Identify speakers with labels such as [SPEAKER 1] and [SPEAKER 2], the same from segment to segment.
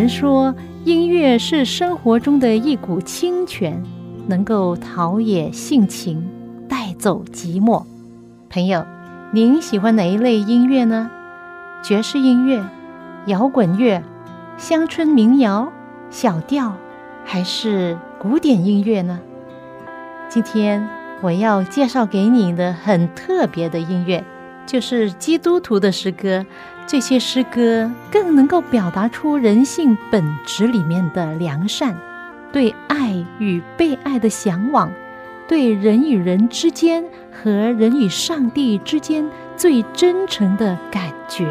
[SPEAKER 1] 人说，音乐是生活中的一股清泉，能够陶冶性情，带走寂寞。朋友，您喜欢哪一类音乐呢？爵士音乐、摇滚乐、乡村民谣、小调，还是古典音乐呢？今天我要介绍给你的很特别的音乐，就是基督徒的诗歌。这些诗歌更能够表达出人性本质里面的良善，对爱与被爱的向往，对人与人之间和人与上帝之间最真诚的感觉。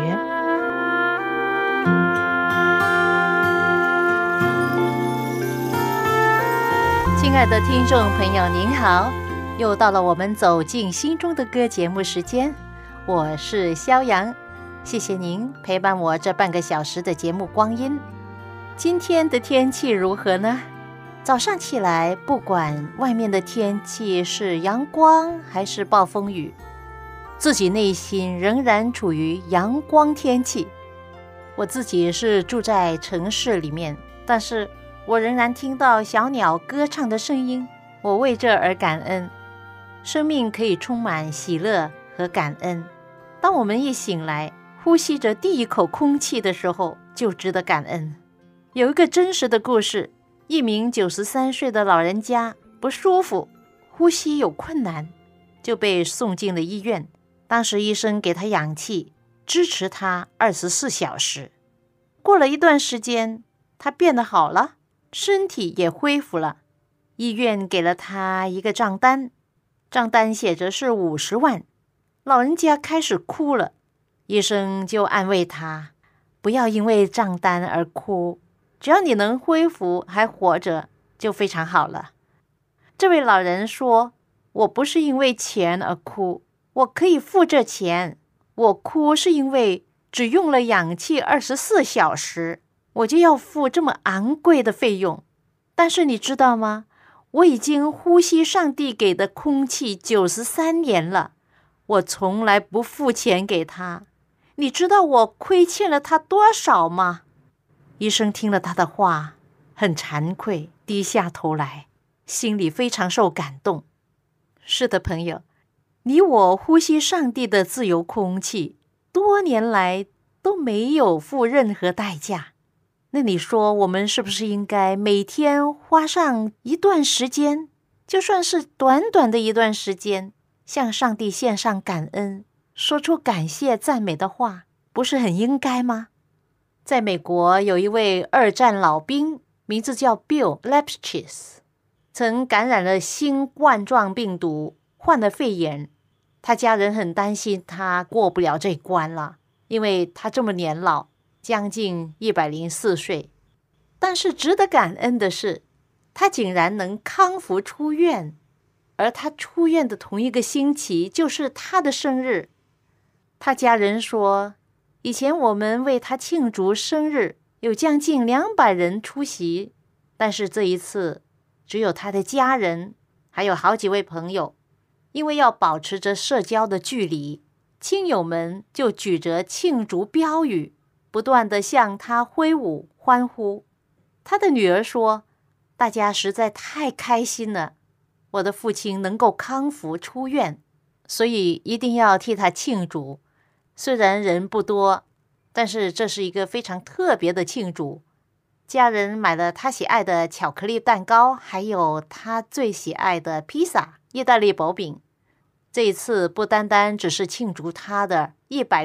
[SPEAKER 1] 亲爱的听众朋友您好，又到了我们走进心中的歌节目时间，我是萧阳，谢谢您陪伴我这半个小时的节目光阴。今天的天气如何呢？早上起来，不管外面的天气是阳光还是暴风雨，自己内心仍然处于阳光天气。我自己是住在城市里面，但是我仍然听到小鸟歌唱的声音，我为这而感恩。生命可以充满喜乐和感恩。当我们一醒来，呼吸着第一口空气的时候，就值得感恩。有一个真实的故事，一名93岁的老人家不舒服，呼吸有困难，就被送进了医院。当时医生给他氧气，支持他24小时。过了一段时间，他变得好了，身体也恢复了。医院给了他一个账单，账单写着是50万。老人家开始哭了，医生就安慰他，不要因为账单而哭，只要你能恢复还活着就非常好了。这位老人说，我不是因为钱而哭，我可以付这钱，我哭是因为只用了氧气24小时，我就要付这么昂贵的费用。但是你知道吗？我已经呼吸上帝给的空气93年了，我从来不付钱给他。你知道我亏欠了他多少吗？医生听了他的话，很惭愧，低下头来，心里非常受感动。是的，朋友，你我呼吸上帝的自由空气，多年来都没有付任何代价。那你说我们是不是应该每天花上一段时间，就算是短短的一段时间，向上帝献上感恩，说出感谢赞美的话，不是很应该吗？在美国有一位2战老兵，名字叫 Bill Lepschitz， 曾感染了新冠状病毒，患了肺炎。他家人很担心他过不了这关了，因为他这么年老，将近104岁。但是值得感恩的是，他竟然能康复出院，而他出院的同一个星期就是他的生日。他家人说，以前我们为他庆祝生日，有将近200人出席，但是这一次只有他的家人，还有好几位朋友。因为要保持着社交的距离，亲友们就举着庆祝标语，不断地向他挥舞欢呼。他的女儿说，大家实在太开心了，我的父亲能够康复出院，所以一定要替他庆祝。虽然人不多，但是这是一个非常特别的庆祝。家人买了他喜爱的巧克力蛋糕，还有他最喜爱的披萨、意大利薄饼。这一次不单单只是庆祝他的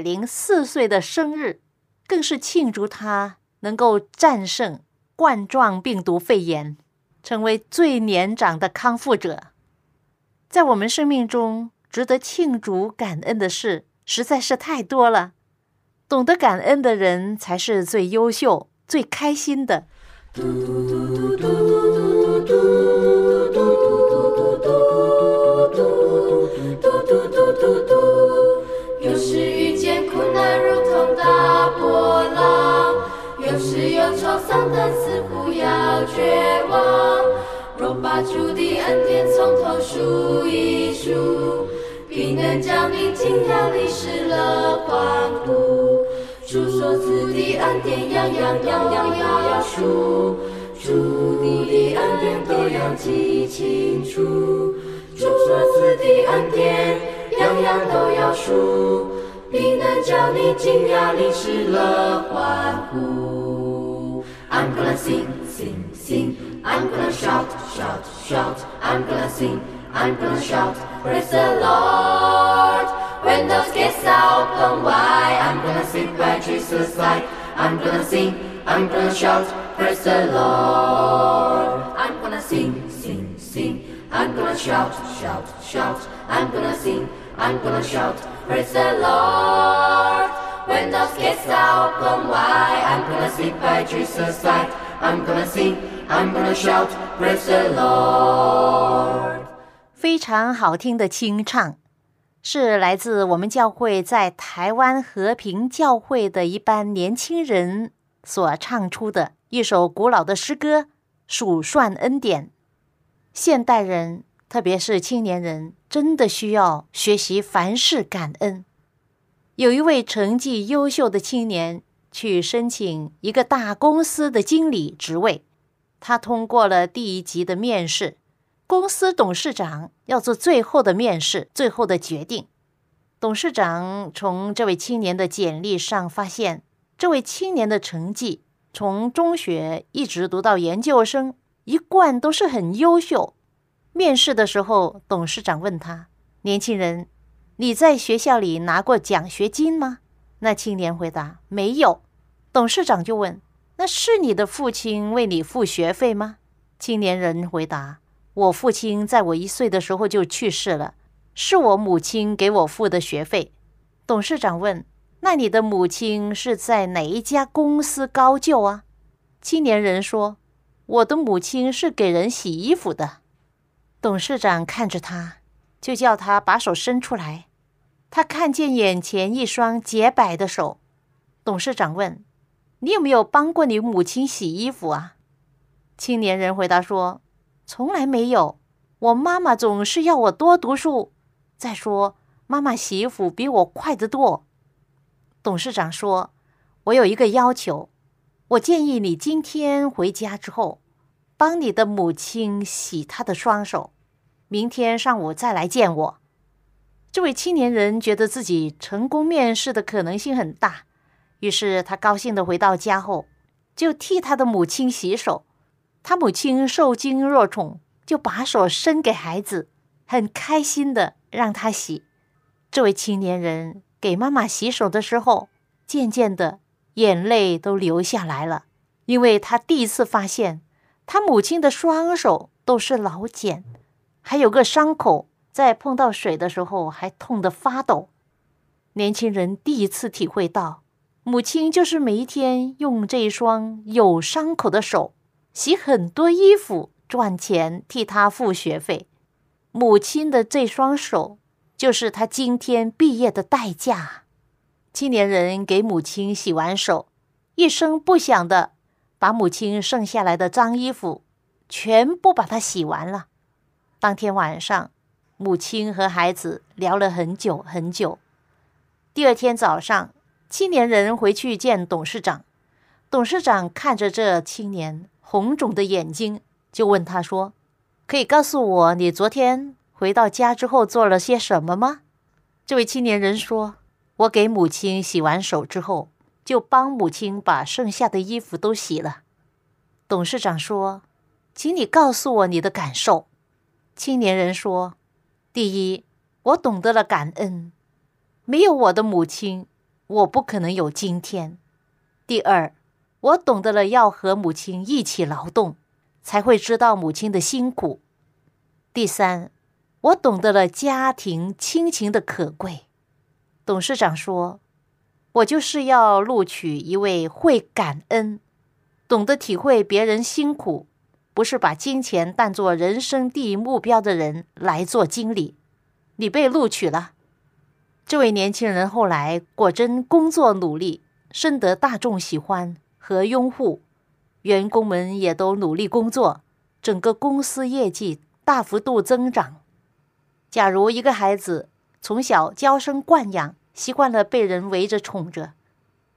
[SPEAKER 1] 104岁的生日，更是庆祝他能够战胜冠状病毒肺炎，成为最年长的康复者。在我们生命中，值得庆祝感恩的事实在是太多了，懂得感恩的人才是最优秀、最开心的。
[SPEAKER 2] 有时遇见困难如同大波浪，有时有沧桑但似乎要绝望。若把主的恩典从头数一数，必能将你惊讶历史了欢呼。 主所赐的恩典，样样都要数，主的恩典都要记清楚。主所赐的恩典，样样都要数，必能叫你惊讶历史乐欢呼。I'm gonna sing, sing, sing. I'm gonna shout, shout, shout. I'm gonna sing, I'm gonna shout. Praise the Lord. When those gates are open wide, I'm gonna sit by Jesus' side. I'm gonna sing, I'm gonna shout. Praise the Lord. I'm gonna sing, sing, sing. I'm gonna shout, shout, shout. I'm gonna sing, I'm gonna shout. Praise the Lord. When those gates are open wide, I'm gonna sit by Jesus' side. I'm gonna sing, I'm gonna shout. Praise the Lord.
[SPEAKER 1] 非常好听的清唱，是来自我们教会在台湾和平教会的一班年轻人所唱出的一首古老的诗歌《数算恩典》。现代人，特别是青年人，真的需要学习凡事感恩。有一位成绩优秀的青年去申请一个大公司的经理职位，他通过了第1级的面试，公司董事长要做最后的面试，最后的决定。董事长从这位青年的简历上发现，这位青年的成绩从中学一直读到研究生，一贯都是很优秀。面试的时候，董事长问他：年轻人，你在学校里拿过奖学金吗？那青年回答：没有。董事长就问：那是你的父亲为你付学费吗？青年人回答：我父亲在我1岁的时候就去世了，是我母亲给我付的学费。董事长问：那你的母亲是在哪一家公司高就啊？青年人说：我的母亲是给人洗衣服的。董事长看着他，就叫他把手伸出来。他看见眼前一双洁白的手。董事长问：你有没有帮过你母亲洗衣服啊？青年人回答说：从来没有，我妈妈总是要我多读书，再说妈妈洗衣服比我快得多。董事长说：我有一个要求，我建议你今天回家之后，帮你的母亲洗她的双手，明天上午再来见我。这位青年人觉得自己成功面试的可能性很大，于是他高兴地回到家后，就替他的母亲洗手。他母亲受惊若宠，就把手伸给孩子，很开心地让他洗。这位青年人给妈妈洗手的时候，渐渐的眼泪都流下来了，因为他第一次发现他母亲的双手都是老茧，还有个伤口，在碰到水的时候还痛得发抖。年轻人第一次体会到，母亲就是每一天用这一双有伤口的手洗很多衣服，赚钱替他付学费。母亲的这双手就是他今天毕业的代价。青年人给母亲洗完手，一声不响的把母亲剩下来的脏衣服全部把它洗完了。当天晚上，母亲和孩子聊了很久很久。第二天早上，青年人回去见董事长。董事长看着这青年红肿的眼睛，就问他说：可以告诉我你昨天回到家之后做了些什么吗？这位青年人说：我给母亲洗完手之后，就帮母亲把剩下的衣服都洗了。董事长说：请你告诉我你的感受。青年人说：第一，我懂得了感恩，没有我的母亲，我不可能有今天。第二，我懂得了要和母亲一起劳动，才会知道母亲的辛苦。第三，我懂得了家庭亲情的可贵。董事长说：我就是要录取一位会感恩，懂得体会别人辛苦，不是把金钱当作人生第一目标的人来做经理。你被录取了。这位年轻人后来果真工作努力，深得大众喜欢和拥护，员工们也都努力工作，整个公司业绩大幅度增长。假如一个孩子从小娇生惯养，习惯了被人围着宠着，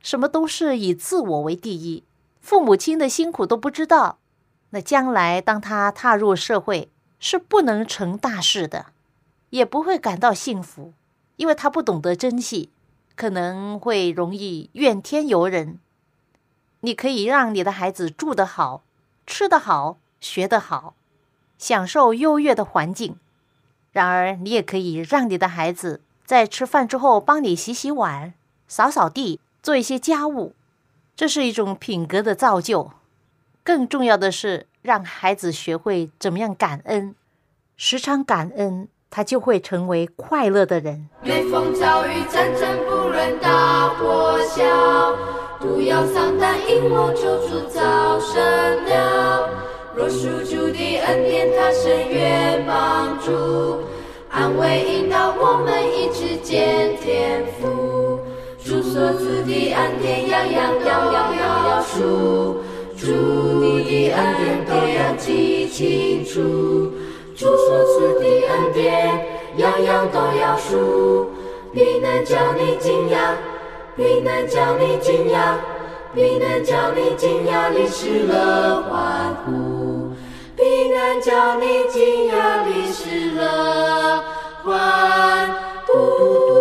[SPEAKER 1] 什么都是以自我为第一，父母亲的辛苦都不知道，那将来当他踏入社会，是不能成大事的，也不会感到幸福，因为他不懂得珍惜，可能会容易怨天尤人。你可以让你的孩子住得好，吃得好，学得好，享受优越的环境。然而，你也可以让你的孩子在吃饭之后帮你洗洗碗、扫扫地，做一些家务，这是一种品格的造就。更重要的是，让孩子学会怎么样感恩，时常感恩，他就会成为快乐的人。
[SPEAKER 2] 每逢遭遇战争，不论大或小，都要丧胆因我救主早生了。若属主的恩典，他深越帮助，安慰引导我们一直见天父。主所赐的恩典，样样都要数，主的恩典都要记清楚。主所赐的恩典，样样都要数，必能叫你惊讶，必能叫你惊讶，必能叫你惊讶，你失了欢呼，必能叫你惊讶，你失了欢呼。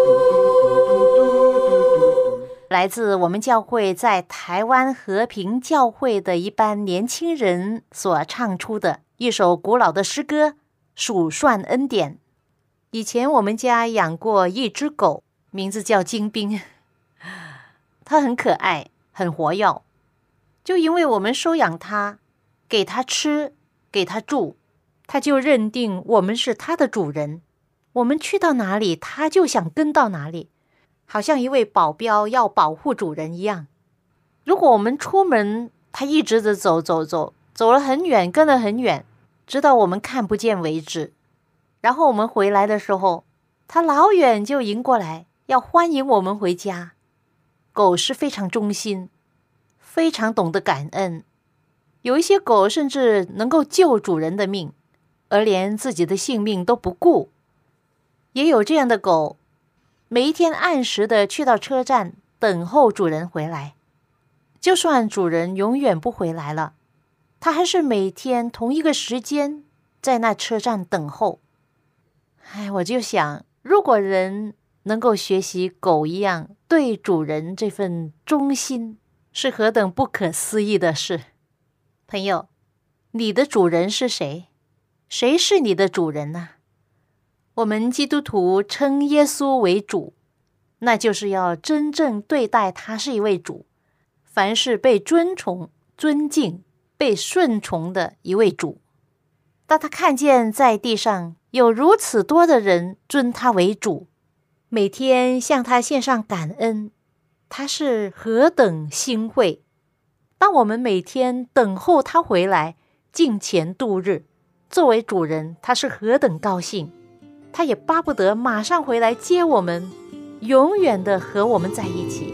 [SPEAKER 1] 来自我们教会在台湾和平教会的一班年轻人所唱出的一首古老的诗歌《数算恩典》。以前我们家养过一只狗，名字叫金兵，它很可爱，很活跃。就因为我们收养它，给它吃，给它住，它就认定我们是它的主人。我们去到哪里，它就想跟到哪里，好像一位保镖要保护主人一样。如果我们出门，它一直的走了很远，跟了很远，直到我们看不见为止。然后我们回来的时候，它老远就迎过来，要欢迎我们回家。狗是非常忠心，非常懂得感恩。有一些狗甚至能够救主人的命，而连自己的性命都不顾。也有这样的狗，每一天按时的去到车站等候主人回来，就算主人永远不回来了，它还是每天同一个时间在那车站等候。我就想，如果人能够学习狗一样对主人这份忠心，是何等不可思议的事。朋友，你的主人是谁？谁是你的主人呢？我们基督徒称耶稣为主，那就是要真正对待他是一位主，凡是被尊崇、尊敬、被顺从的一位主。当他看见在地上有如此多的人尊他为主，每天向他献上感恩，他是何等欣慰。当我们每天等候他回来，敬虔度日，作为主人，他是何等高兴，他也巴不得马上回来接我们，永远的和我们在一起。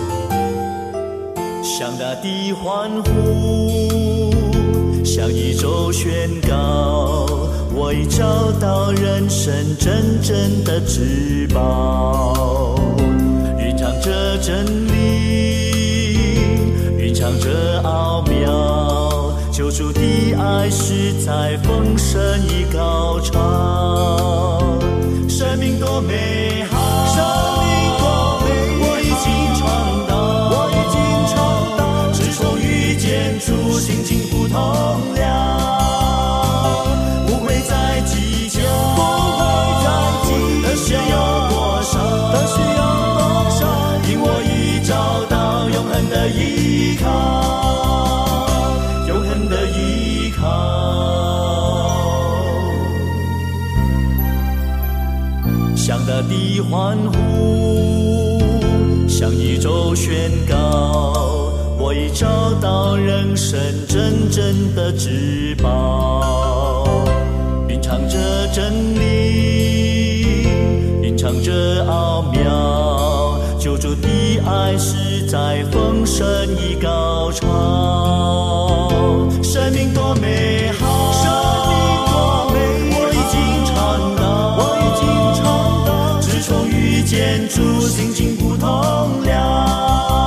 [SPEAKER 3] 向大地欢呼，向宇宙宣告，我已找到人生真正的至宝。蕴藏着真理，蕴藏着奥妙，救主的爱实在丰盛与高潮。生命多美好，生命多美好，我已经尝到，我已经尝到，自从遇见主，心情不同了，不会再计较，不会再计较的是有多少，的是有多少，因我已找到永恒的依靠，永恒的依靠。向大地欢呼，向宇宙宣告，我已找到人生真正的至宝。蕴藏着真理，蕴藏着奥妙，救主的爱实在丰盛与高潮。生命多美好，生命多美好，我已经尝到，我已经尝到，自从遇见主，心情不同了，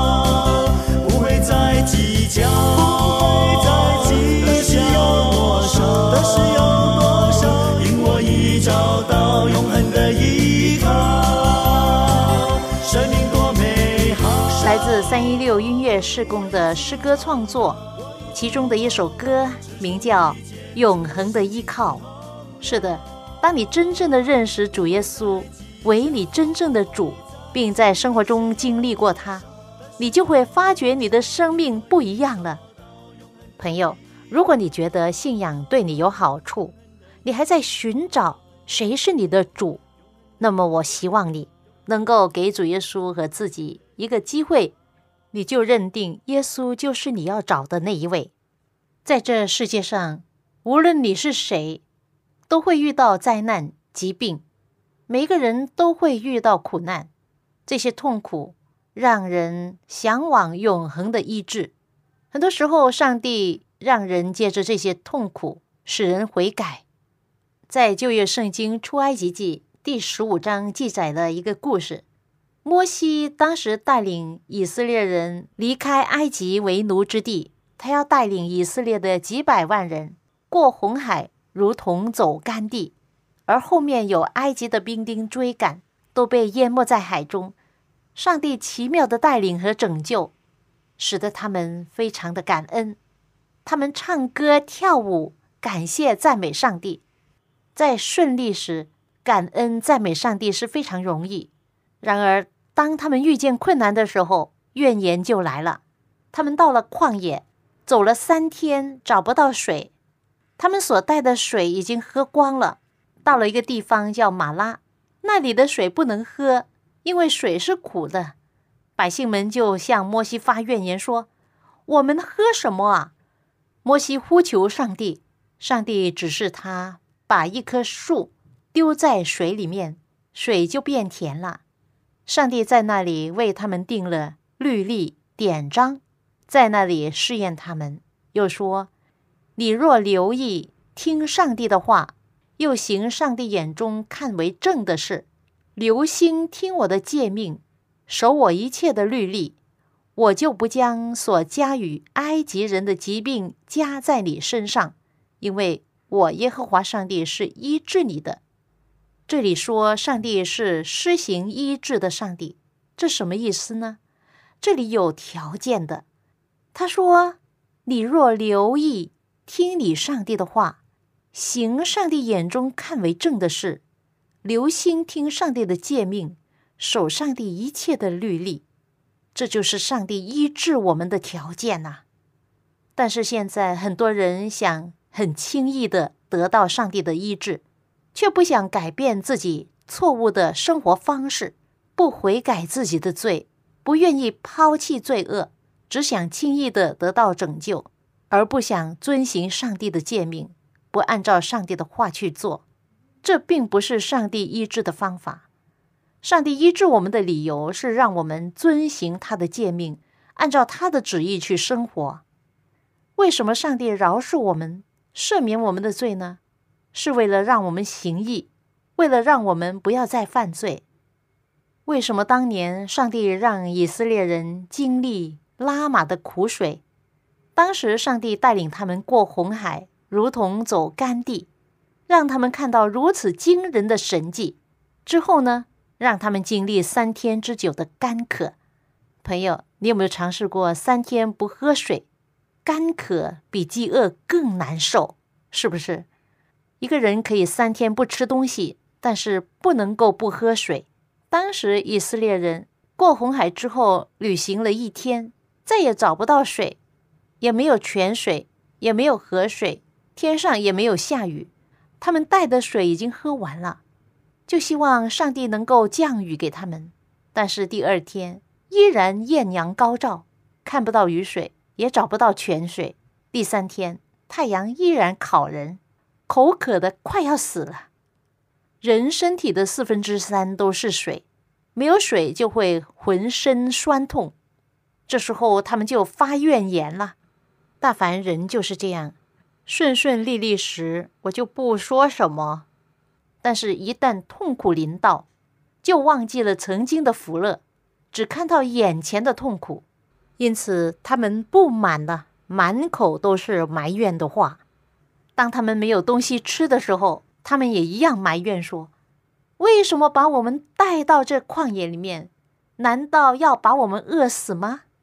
[SPEAKER 1] 次316音乐事工的诗歌创作，其中的一首歌名叫《永恒的依靠》。是的，当你真正的认识主耶稣为你真正的主，并在生活中经历过他，你就会发觉你的生命不一样了。朋友，如果你觉得信仰对你有好处，你还在寻找谁是你的主，那么我希望你能够给主耶稣和自己一个机会，你就认定耶稣就是你要找的那一位。在这世界上，无论你是谁，都会遇到灾难、疾病，每一个人都会遇到苦难，这些痛苦让人向往永恒的医治。很多时候，上帝让人借着这些痛苦使人悔改。在旧约圣经出埃及记第15章记载了一个故事，摩西当时带领以色列人离开埃及为奴之地，他要带领以色列的几百万人过红海，如同走干地，而后面有埃及的兵丁追赶，都被淹没在海中。上帝奇妙的带领和拯救，使得他们非常的感恩，他们唱歌跳舞，感谢赞美上帝。在顺利时，感恩赞美上帝是非常容易，然而当他们遇见困难的时候，怨言就来了。他们到了旷野，走了3天，找不到水，他们所带的水已经喝光了。到了一个地方叫马拉，那里的水不能喝，因为水是苦的。百姓们就向摩西发怨言说，我们喝什么啊？摩西呼求上帝，上帝指示他把一棵树丢在水里面，水就变甜了。上帝在那里为他们定了律例典章，在那里试验他们，又说，你若留意听上帝的话，又行上帝眼中看为正的事，留心听我的诫命，守我一切的律例，我就不将所加与埃及人的疾病加在你身上，因为我耶和华上帝是医治你的。这里说上帝是施行医治的上帝，这什么意思呢？这里有条件的。他说，你若留意听你上帝的话，行上帝眼中看为正的事，留心听上帝的诫命，守上帝一切的律例，这就是上帝医治我们的条件啊。但是现在很多人想很轻易的得到上帝的医治，却不想改变自己错误的生活方式，不悔改自己的罪，不愿意抛弃罪恶，只想轻易的得到拯救，而不想遵行上帝的诫命，不按照上帝的话去做。这并不是上帝医治的方法。上帝医治我们的理由是让我们遵行他的诫命，按照他的旨意去生活。为什么上帝饶恕我们，赦免我们的罪呢？是为了让我们行义，为了让我们不要再犯罪。为什么当年上帝让以色列人经历拉玛的苦水？当时上帝带领他们过红海，如同走干地，让他们看到如此惊人的神迹。之后呢，让他们经历3天之久的干渴。朋友，你有没有尝试过3天不喝水？干渴比饥饿更难受，是不是？一个人可以3天不吃东西，但是不能够不喝水。当时以色列人过红海之后，旅行了1天，再也找不到水，也没有泉水，也没有河水，天上也没有下雨，他们带的水已经喝完了，就希望上帝能够降雨给他们。但是第2天依然艳阳高照，看不到雨水，也找不到泉水。第3天太阳依然烤人，口渴的快要死了。人身体的3/4都是水，没有水就会浑身酸痛。这时候他们就发怨言了。大凡人就是这样，顺顺利利时我就不说什么，但是一旦痛苦临到，就忘记了曾经的福乐，只看到眼前的痛苦。因此他们不满了，满口都是埋怨的话。当他们没有东西吃的时候，他们也一样埋怨说，为什么把我们带到这旷野里面？难道要把我们饿死吗？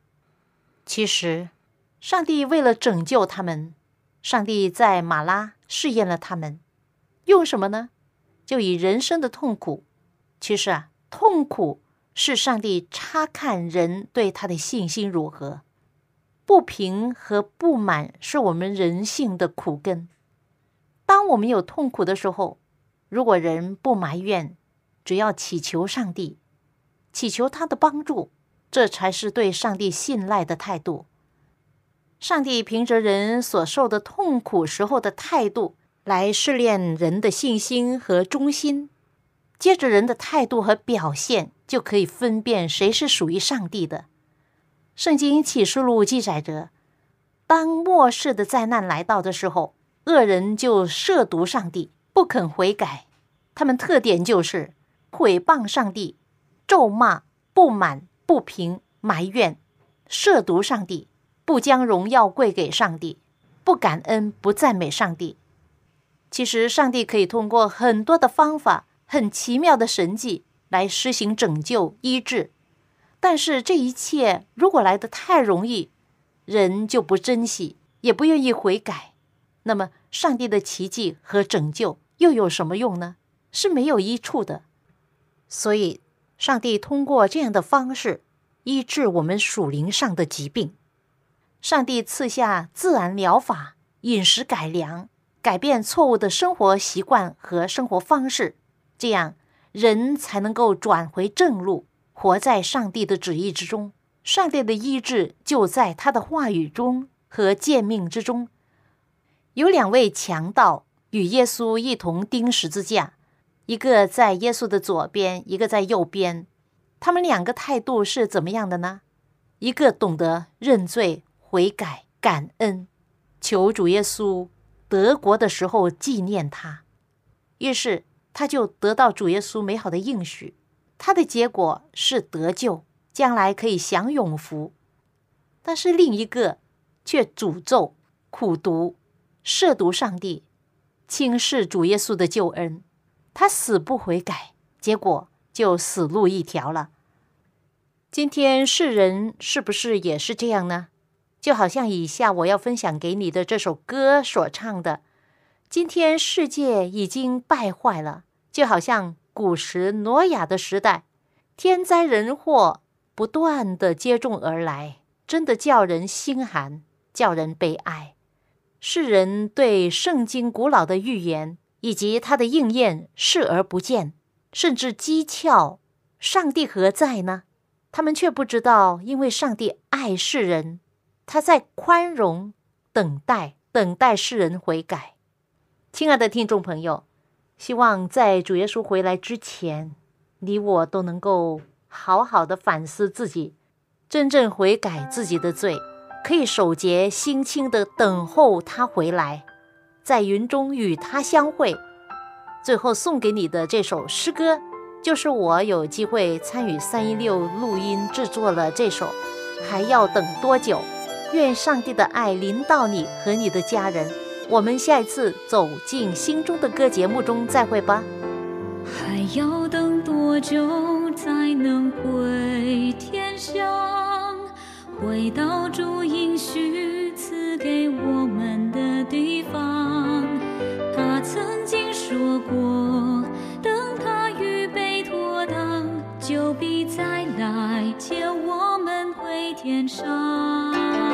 [SPEAKER 1] 其实上帝为了拯救他们，上帝在马拉试验了他们，用什么呢？就以人生的痛苦。其实痛苦是上帝察看人对他的信心如何。不平和不满是我们人性的苦根。当我们有痛苦的时候，如果人不埋怨，只要祈求上帝，祈求他的帮助，这才是对上帝信赖的态度。上帝凭着人所受的痛苦时候的态度来试炼人的信心和忠心，接着人的态度和表现就可以分辨谁是属于上帝的。圣经启示录记载着，当末世的灾难来到的时候，恶人就亵渎上帝，不肯悔改。他们特点就是毁谤上帝、咒骂、不满、不平、埋怨、亵渎上帝，不将荣耀归给上帝，不感恩、不赞美上帝。其实上帝可以通过很多的方法，很奇妙的神迹来施行拯救、医治，但是这一切如果来得太容易，人就不珍惜，也不愿意悔改，那么上帝的奇迹和拯救又有什么用呢？是没有益处的。所以上帝通过这样的方式医治我们属灵上的疾病。上帝赐下自然疗法、饮食改良，改变错误的生活习惯和生活方式，这样人才能够转回正路，活在上帝的旨意之中。上帝的医治就在他的话语中和诫命之中。有2位强盗与耶稣一同钉十字架，一个在耶稣的左边，一个在右边。他们2个态度是怎么样的呢？一个懂得认罪、悔改、感恩，求主耶稣得国的时候纪念他，于是他就得到主耶稣美好的应许，他的结果是得救，将来可以享永福。但是另一个却诅咒、苦毒、亵渎上帝，轻视主耶稣的救恩，他死不悔改，结果就死路一条了。今天世人是不是也是这样呢？就好像以下我要分享给你的这首歌所唱的，今天世界已经败坏了，就好像古时挪亚的时代，天灾人祸不断的接踵而来，真的叫人心寒，叫人悲哀。世人对圣经古老的预言以及它的应验视而不见，甚至讥诮上帝何在呢？他们却不知道，因为上帝爱世人，他在宽容等待世人悔改。亲爱的听众朋友，希望在主耶稣回来之前，你我都能够好好的反思自己，真正悔改自己的罪，可以守节心清的等候他回来，在云中与他相会。最后送给你的这首诗歌，就是我有机会参与316录音制作了这首还要等多久。愿上帝的爱临到你和你的家人。我们下一次走进心中的歌节目中再会吧。
[SPEAKER 4] 还要等多久才能回天乡，回到主应许赐给我们的地方？他曾经说过，等他预备妥当，就必再来接我们回天上。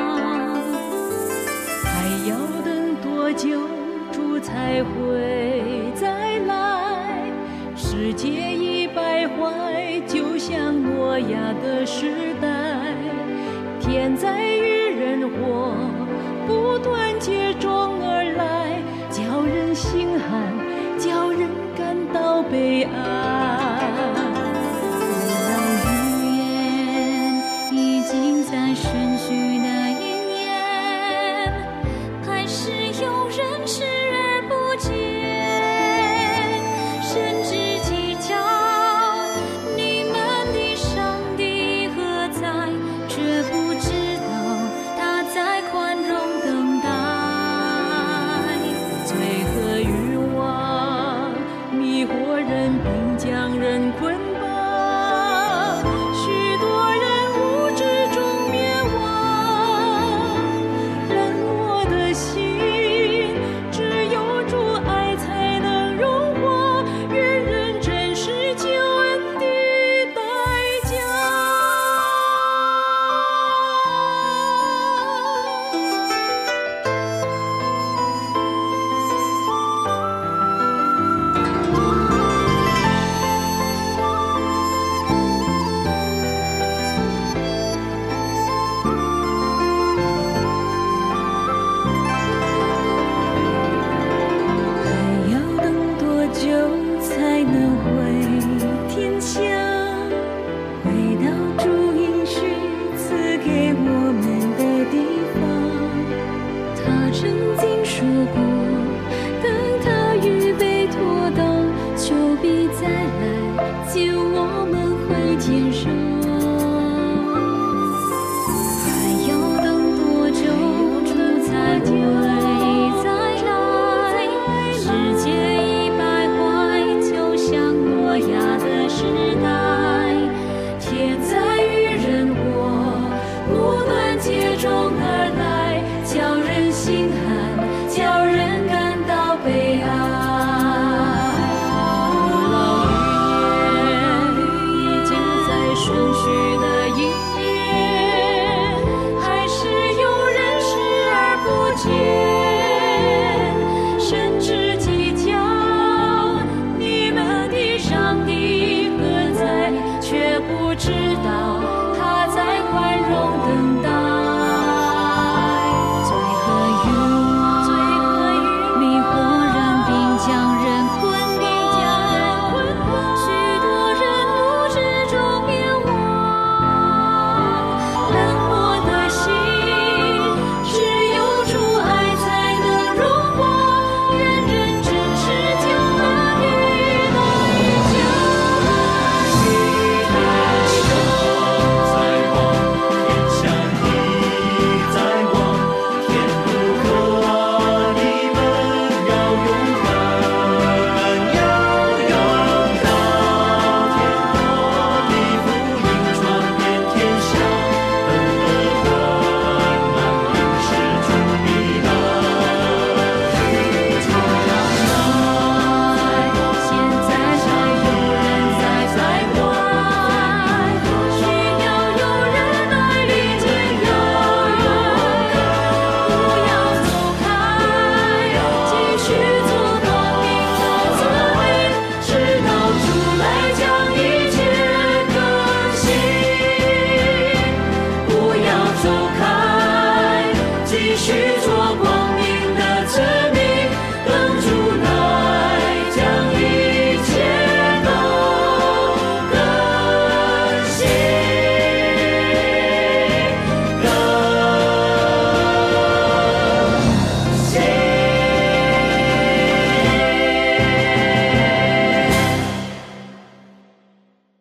[SPEAKER 4] 还要等多久主才会再来？世界已败坏，就像挪亚的时代，天灾与人祸不断接踵而来，叫人心寒，叫人感到悲哀。